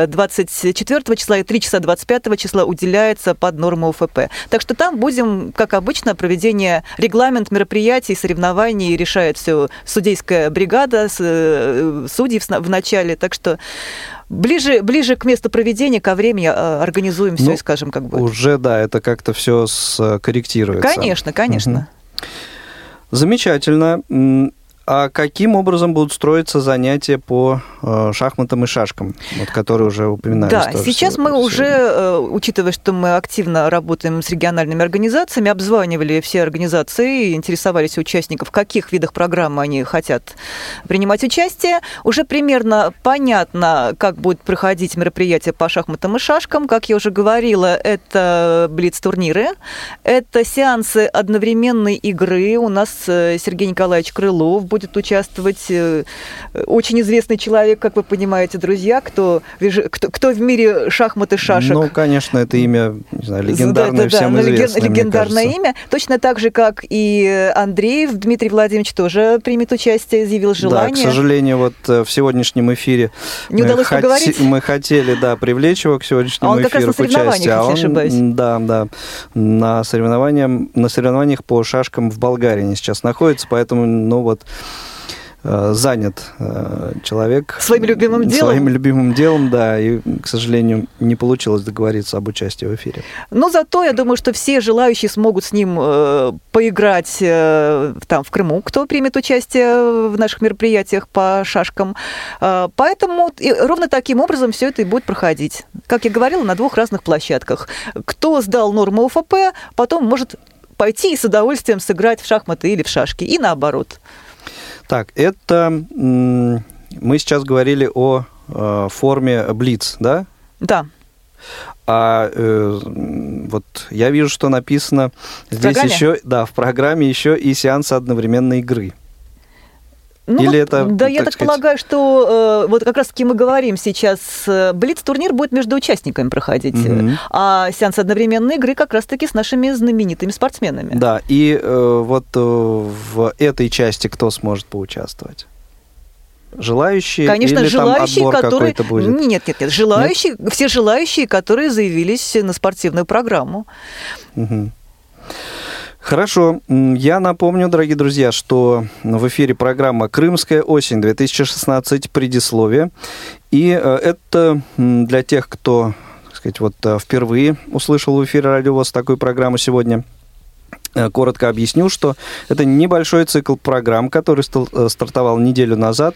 24 числа и 3 часа 25 числа уделяется под норму ОФП. Так что там будем, как обычно, проведение, регламент мероприятий, соревнований решает все судейская бригада, судьи в начале. Так что ближе к месту проведения, ко времени организуем все и скажем, как будет. Уже, да, это как-то все скорректируется. Конечно. Замечательно. А каким образом будут строиться занятия по шахматам и шашкам, которые уже упоминались? Да, сейчас мы уже, учитывая, что мы активно работаем с региональными организациями, обзванивали все организации, интересовались у участников, в каких видах программы они хотят принимать участие. Уже примерно понятно, как будет проходить мероприятие по шахматам и шашкам. Как я уже говорила, это блиц-турниры, это сеансы одновременной игры. У нас Сергей Николаевич Крылов будет участвовать, очень известный человек, как вы понимаете, друзья, кто в мире шахмат и шашек. Ну, конечно, это имя, не знаю, легендарное, всем известное, легендарное имя. Точно так же, как и Андреев Дмитрий Владимирович тоже примет участие, изъявил желание. Да, к сожалению, вот в сегодняшнем эфире не удалось поговорить. Мы хотели, привлечь его к сегодняшнему эфиру к участию. А он как раз на соревнованиях, если не ошибаюсь. Да, на соревнованиях по шашкам в Болгарии сейчас находится, поэтому, занят человек своим любимым делом, да, и, к сожалению, не получилось договориться об участии в эфире. Но зато я думаю, что все желающие смогут с ним поиграть там в Крыму, кто примет участие в наших мероприятиях по шашкам. Поэтому ровно таким образом все это и будет проходить. Как я говорила, на 2 разных площадках. Кто сдал норму ОФП, потом может пойти и с удовольствием сыграть в шахматы или в шашки, и наоборот. Так, это мы сейчас говорили о форме блиц, да? Да. А вот я вижу, что написано здесь еще, в программе еще и сеансы одновременной игры. Или это, я так полагаю, что вот как раз-таки мы говорим сейчас, блиц-турнир будет между участниками проходить, а сеанс одновременной игры как раз-таки с нашими знаменитыми спортсменами. Да, и вот в этой части кто сможет поучаствовать? Желающие? Конечно, или желающие, там отбор которые... какой-то будет? Нет. Желающие, все желающие, которые заявились на спортивную программу. Угу. Хорошо. Я напомню, дорогие друзья, что в эфире программа «Крымская осень-2016. Предисловие». И это для тех, кто, так сказать, впервые услышал в эфире Радио ВОС такую программу сегодня. Коротко объясню, что это небольшой цикл программ, который стартовал неделю назад,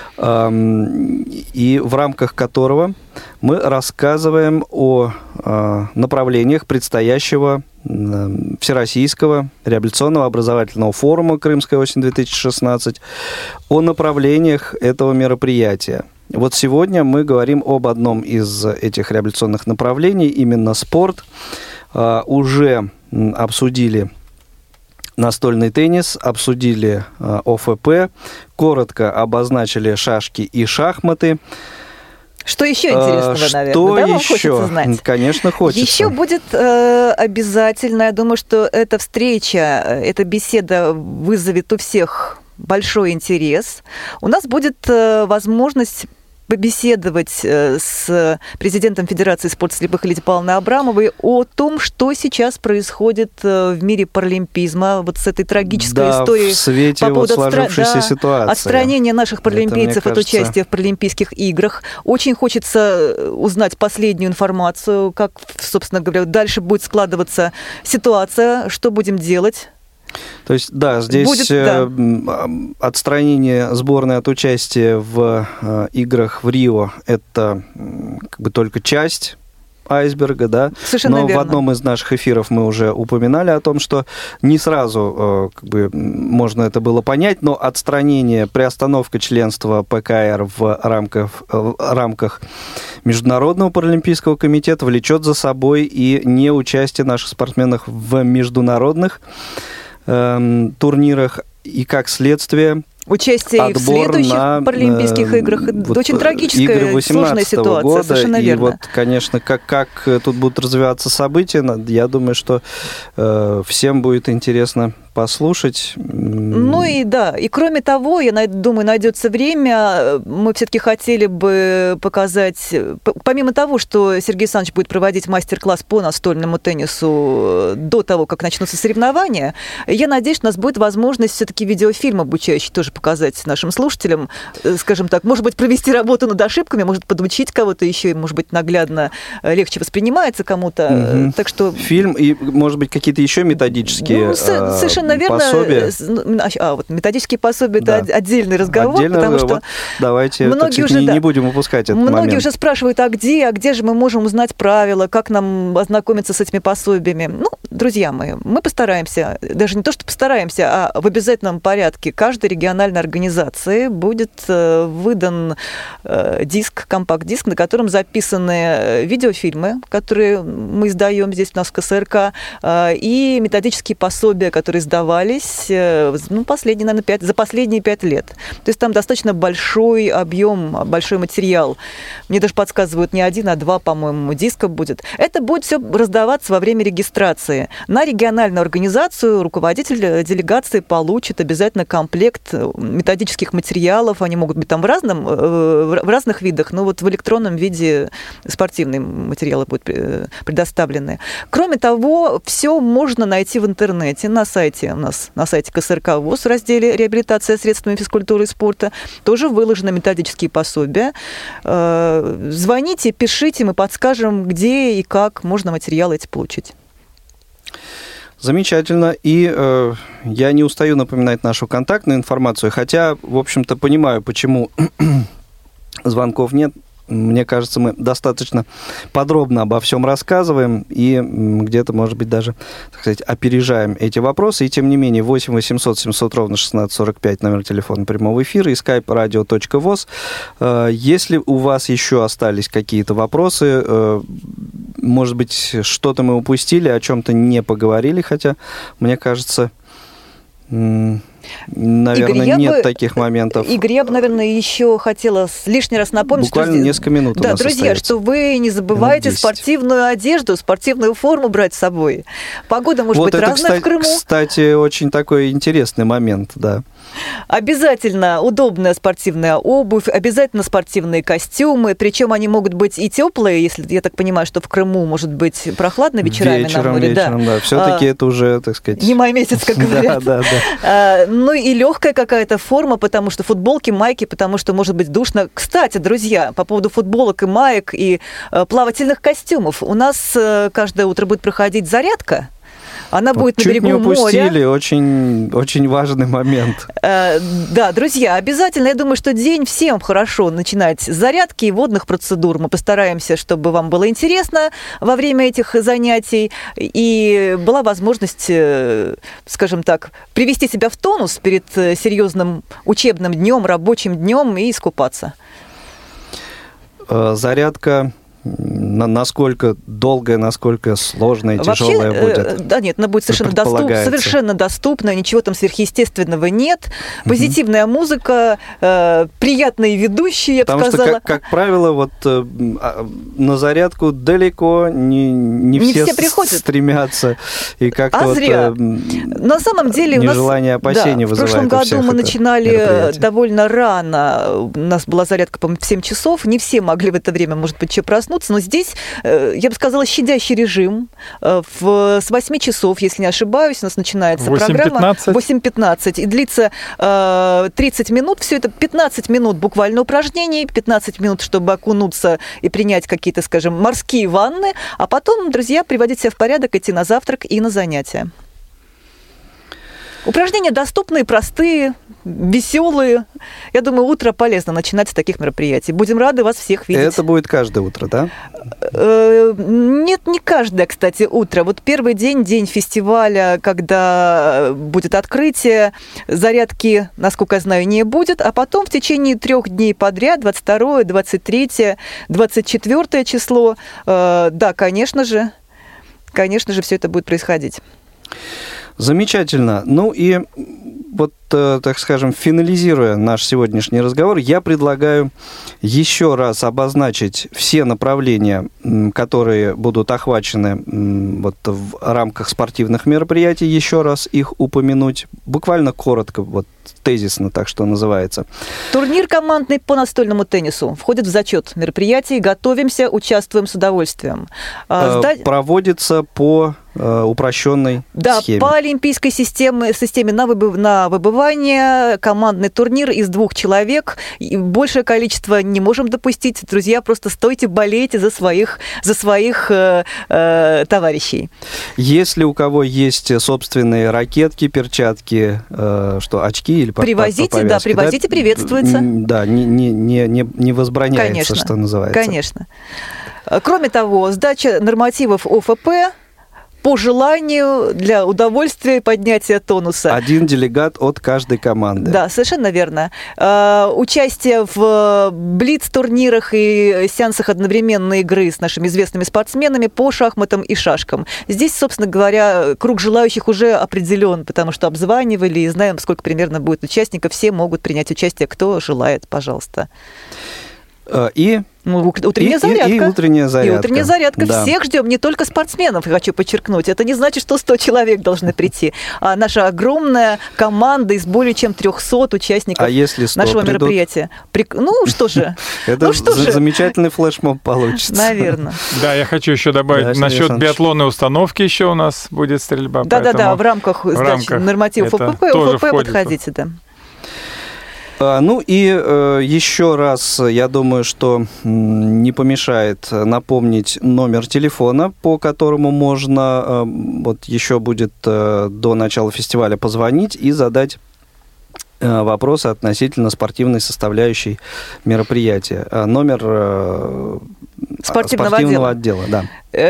и в рамках которого мы рассказываем о направлениях предстоящего Всероссийского реабилитационного образовательного форума «Крымская осень-2016», о направлениях этого мероприятия. Вот сегодня мы говорим об одном из этих реабилитационных направлений, именно спорт. Уже обсудили настольный теннис, обсудили ОФП, коротко обозначили шашки и шахматы. Что еще интересного, наверное? Что да, еще? Хочется знать. Конечно, хочется. Еще будет обязательно, я думаю, что эта встреча, эта беседа вызовет у всех большой интерес. У нас будет возможность побеседовать с президентом Федерации спорта слепых Лидией Павловной Абрамовой о том, что сейчас происходит в мире паралимпизма, вот с этой трагической историей в свете по поводу сложившейся ситуации. отстранения наших паралимпийцев от участия в Паралимпийских играх. Очень хочется узнать последнюю информацию, как, собственно говоря, дальше будет складываться ситуация, что будем делать. То есть, да, здесь отстранение сборной от участия в играх в Рио – это как бы только часть айсберга, да. Совершенно Но верно. в одном из наших эфиров мы уже упоминали о том, что не сразу можно это было понять, но отстранение, приостановка членства ПКР в рамках Международного паралимпийского комитета влечет за собой и неучастие наших спортсменов в международных турнирах, и как следствие участие и в следующих Паралимпийских играх. Это очень трагическая, сложная ситуация. Года. Совершенно и верно. Вот, конечно, как тут будут развиваться события, я думаю, что всем будет интересно послушать. Ну и да, и кроме того, я думаю, найдется время, мы все-таки хотели бы показать, помимо того, что Сергей Александрович будет проводить мастер-класс по настольному теннису до того, как начнутся соревнования, я надеюсь, что у нас будет возможность все-таки видеофильм обучающий тоже показать нашим слушателям, скажем так, может быть, провести работу над ошибками, может подучить кого-то еще, и, может быть, наглядно легче воспринимается кому-то. Так что... Фильм и, может быть, какие-то еще методические совершенно верно. Пособия. Вот методические пособия, да. Это отдельный разговор, потому что давайте не будем упускать этот момент. Многие уже спрашивают, а где же мы можем узнать правила, как нам ознакомиться с этими пособиями? Ну, друзья мои, мы постараемся, даже не то, что постараемся, а в обязательном порядке каждой региональной организации будет выдан компакт-диск, на котором записаны видеофильмы, которые мы издаем здесь у нас в КСРК, и методические пособия, которые издавались за последние 5 лет. То есть там достаточно большой объем, большой материал. Мне даже подсказывают, не 1, а 2, по-моему, диска будет. Это будет все раздаваться во время регистрации. На региональную организацию руководитель делегации получит обязательно комплект методических материалов. Они могут быть там в разных видах, но вот в электронном виде спортивные материалы будут предоставлены. Кроме того, все можно найти в интернете, на сайте у нас, на сайте КСРК ВОС в разделе «Реабилитация средствами физкультуры и спорта». Тоже выложены методические пособия. Звоните, пишите, мы подскажем, где и как можно материалы эти получить. Замечательно. И я не устаю напоминать нашу контактную информацию, хотя, в общем-то, понимаю, почему звонков нет. Мне кажется, мы достаточно подробно обо всем рассказываем и где-то, может быть, даже, так сказать, опережаем эти вопросы. И тем не менее, 8 800 700 ровно 1645, номер телефона прямого эфира, и skype radio.voz. Если у вас еще остались какие-то вопросы, может быть, что-то мы упустили, о чем-то не поговорили, хотя, мне кажется... Наверное, Игорь, нет таких моментов. Игорь, я бы, наверное, еще хотела лишний раз напомнить, буквально что... несколько минут у нас друзья, остается. что вы не забывайте спортивную одежду, спортивную форму брать с собой. Погода может быть разная в Крыму. Кстати, очень такой интересный момент, да. Обязательно удобная спортивная обувь, обязательно спортивные костюмы, причем они могут быть и теплые, если я так понимаю, что в Крыму может быть прохладно вечерами на море. Вечером, да. Все-таки это уже, так сказать... Не май месяц, как говорят. Да. Ну и легкая какая-то форма, потому что футболки, майки, потому что может быть душно. Кстати, друзья, по поводу футболок и маек и плавательных костюмов. У нас каждое утро будет проходить зарядка. Она будет на берегу моря. Чуть не упустили, очень, очень важный момент. Да, друзья, обязательно, я думаю, что день всем хорошо начинать с зарядки и водных процедур. Мы постараемся, чтобы вам было интересно во время этих занятий и была возможность, скажем так, привести себя в тонус перед серьезным учебным днем, рабочим днем и искупаться. Зарядка... Насколько долгая, насколько сложная, тяжелая будет? Да нет, она будет совершенно доступна, ничего там сверхъестественного нет. Позитивная музыка, приятные ведущие, я бы сказала. Потому что, как правило, вот на зарядку далеко не все приходят. Стремятся. И как-то зря. На самом деле нежелание, опасения вызывает. В прошлом году мы начинали довольно рано. У нас была зарядка, по-моему, в 7 часов. Не все могли в это время, может быть, еще проснуться. Но здесь, я бы сказала, щадящий режим. С 8 часов, если не ошибаюсь, у нас начинается программа 8:15 и длится 30 минут. Все это 15 минут буквально упражнений, 15 минут, чтобы окунуться и принять какие-то, скажем, морские ванны, а потом, друзья, приводить себя в порядок, идти на завтрак и на занятия. Упражнения доступные, простые, веселые. Я думаю, утро полезно начинать с таких мероприятий. Будем рады вас всех видеть. Это будет каждое утро, да? Нет, не каждое, кстати, утро. Вот первый день фестиваля, когда будет открытие, зарядки, насколько я знаю, не будет, а потом в течение 3 дней подряд, 22, 23, 24 число, да, конечно же, все это будет происходить. Замечательно. Ну и вот, так скажем, финализируя наш сегодняшний разговор, я предлагаю еще раз обозначить все направления, которые будут охвачены вот в рамках спортивных мероприятий, еще раз их упомянуть, буквально коротко, вот тезисно, так что называется. Турнир командный по настольному теннису входит в зачет мероприятий. Готовимся, участвуем с удовольствием. Проводится по упрощенной схеме. Да, по олимпийской системе на выбывание, командный турнир из 2 человек. И большее количество не можем допустить. Друзья, просто стойте, болейте за своих товарищей. Если у кого есть собственные ракетки, перчатки, очки или привозите, да, привозите, приветствуется. Да, не возбраняется, конечно, что называется. Конечно. Кроме того, сдача нормативов ОФП по желанию, для удовольствия и поднятия тонуса. 1 делегат от каждой команды. Да, совершенно верно. Участие в блиц-турнирах и сеансах одновременной игры с нашими известными спортсменами по шахматам и шашкам. Здесь, собственно говоря, круг желающих уже определен, потому что обзванивали и знаем, сколько примерно будет участников. Все могут принять участие, кто желает, пожалуйста. Утренняя зарядка. И утренняя зарядка. И утренняя зарядка. Да. Всех ждем, не только спортсменов, я хочу подчеркнуть. Это не значит, что 100 человек должны прийти. А наша огромная команда из более чем 300 участников нашего мероприятия. Ну что же. Это замечательный флешмоб получится. Наверное. Да, я хочу еще добавить, насчет биатлонной установки еще у нас будет стрельба. Да, в рамках сдачи нормативов ОФП подходите, да. Ну и еще раз, я думаю, что не помешает напомнить номер телефона, по которому можно, вот еще будет до начала фестиваля позвонить и задать вопросы относительно спортивной составляющей мероприятия. Номер спортивного отдела, да.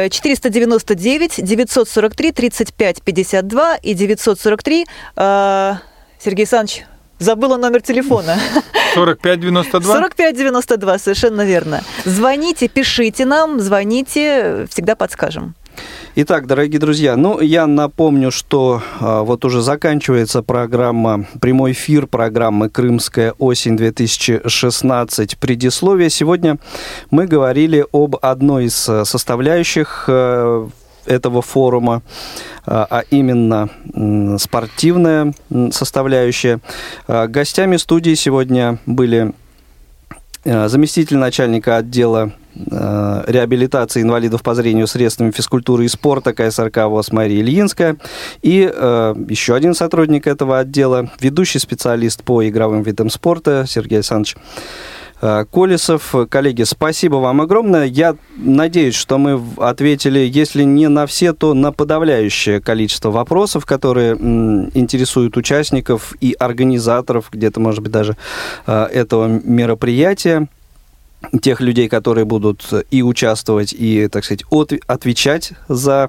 499-943-35-52 и 943. Сергей Александрович, забыла номер телефона. 4592? 4592, совершенно верно. Звоните, пишите нам, звоните, всегда подскажем. Итак, дорогие друзья, я напомню, что вот уже заканчивается прямой эфир программы «Крымская осень 2016. Предисловие». Сегодня мы говорили об одной из составляющих этого форума, а именно спортивная составляющая. Гостями студии сегодня были заместитель начальника отдела реабилитации инвалидов по зрению средствами физкультуры и спорта КСРК ВОС Мария Ильинская и еще один сотрудник этого отдела, ведущий специалист по игровым видам спорта Сергей Александрович Колесов. Коллеги, спасибо вам огромное. Я надеюсь, что мы ответили, если не на все, то на подавляющее количество вопросов, которые интересуют участников и организаторов, где-то, может быть, даже этого мероприятия, тех людей, которые будут и участвовать, и, так сказать, отвечать за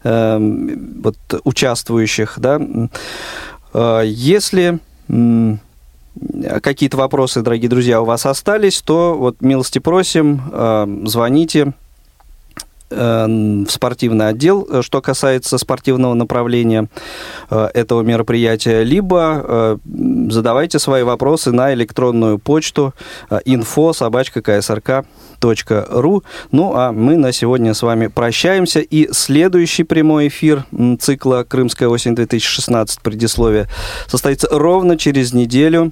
участвующих. Да? Если какие-то вопросы, дорогие друзья, у вас остались, то милости просим, звоните в спортивный отдел, что касается спортивного направления этого мероприятия, либо задавайте свои вопросы на электронную почту info@ksrk.ru. Ну, а мы на сегодня с вами прощаемся, и следующий прямой эфир цикла «Крымская осень 2016. Предисловие» состоится ровно через неделю.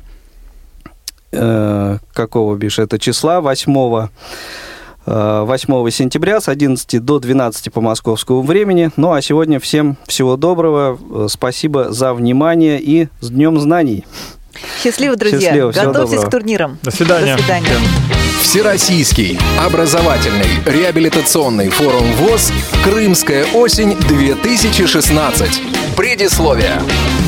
Какого, Биш, это числа? 8 сентября с 11 до 12 по московскому времени. Ну, а сегодня всем всего доброго. Спасибо за внимание и с Днем знаний. Счастливо, друзья. Счастливо, готовьтесь к турнирам. До свидания. До свидания. Всероссийский образовательный реабилитационный форум ВОС «Крымская осень 2016». Предисловие.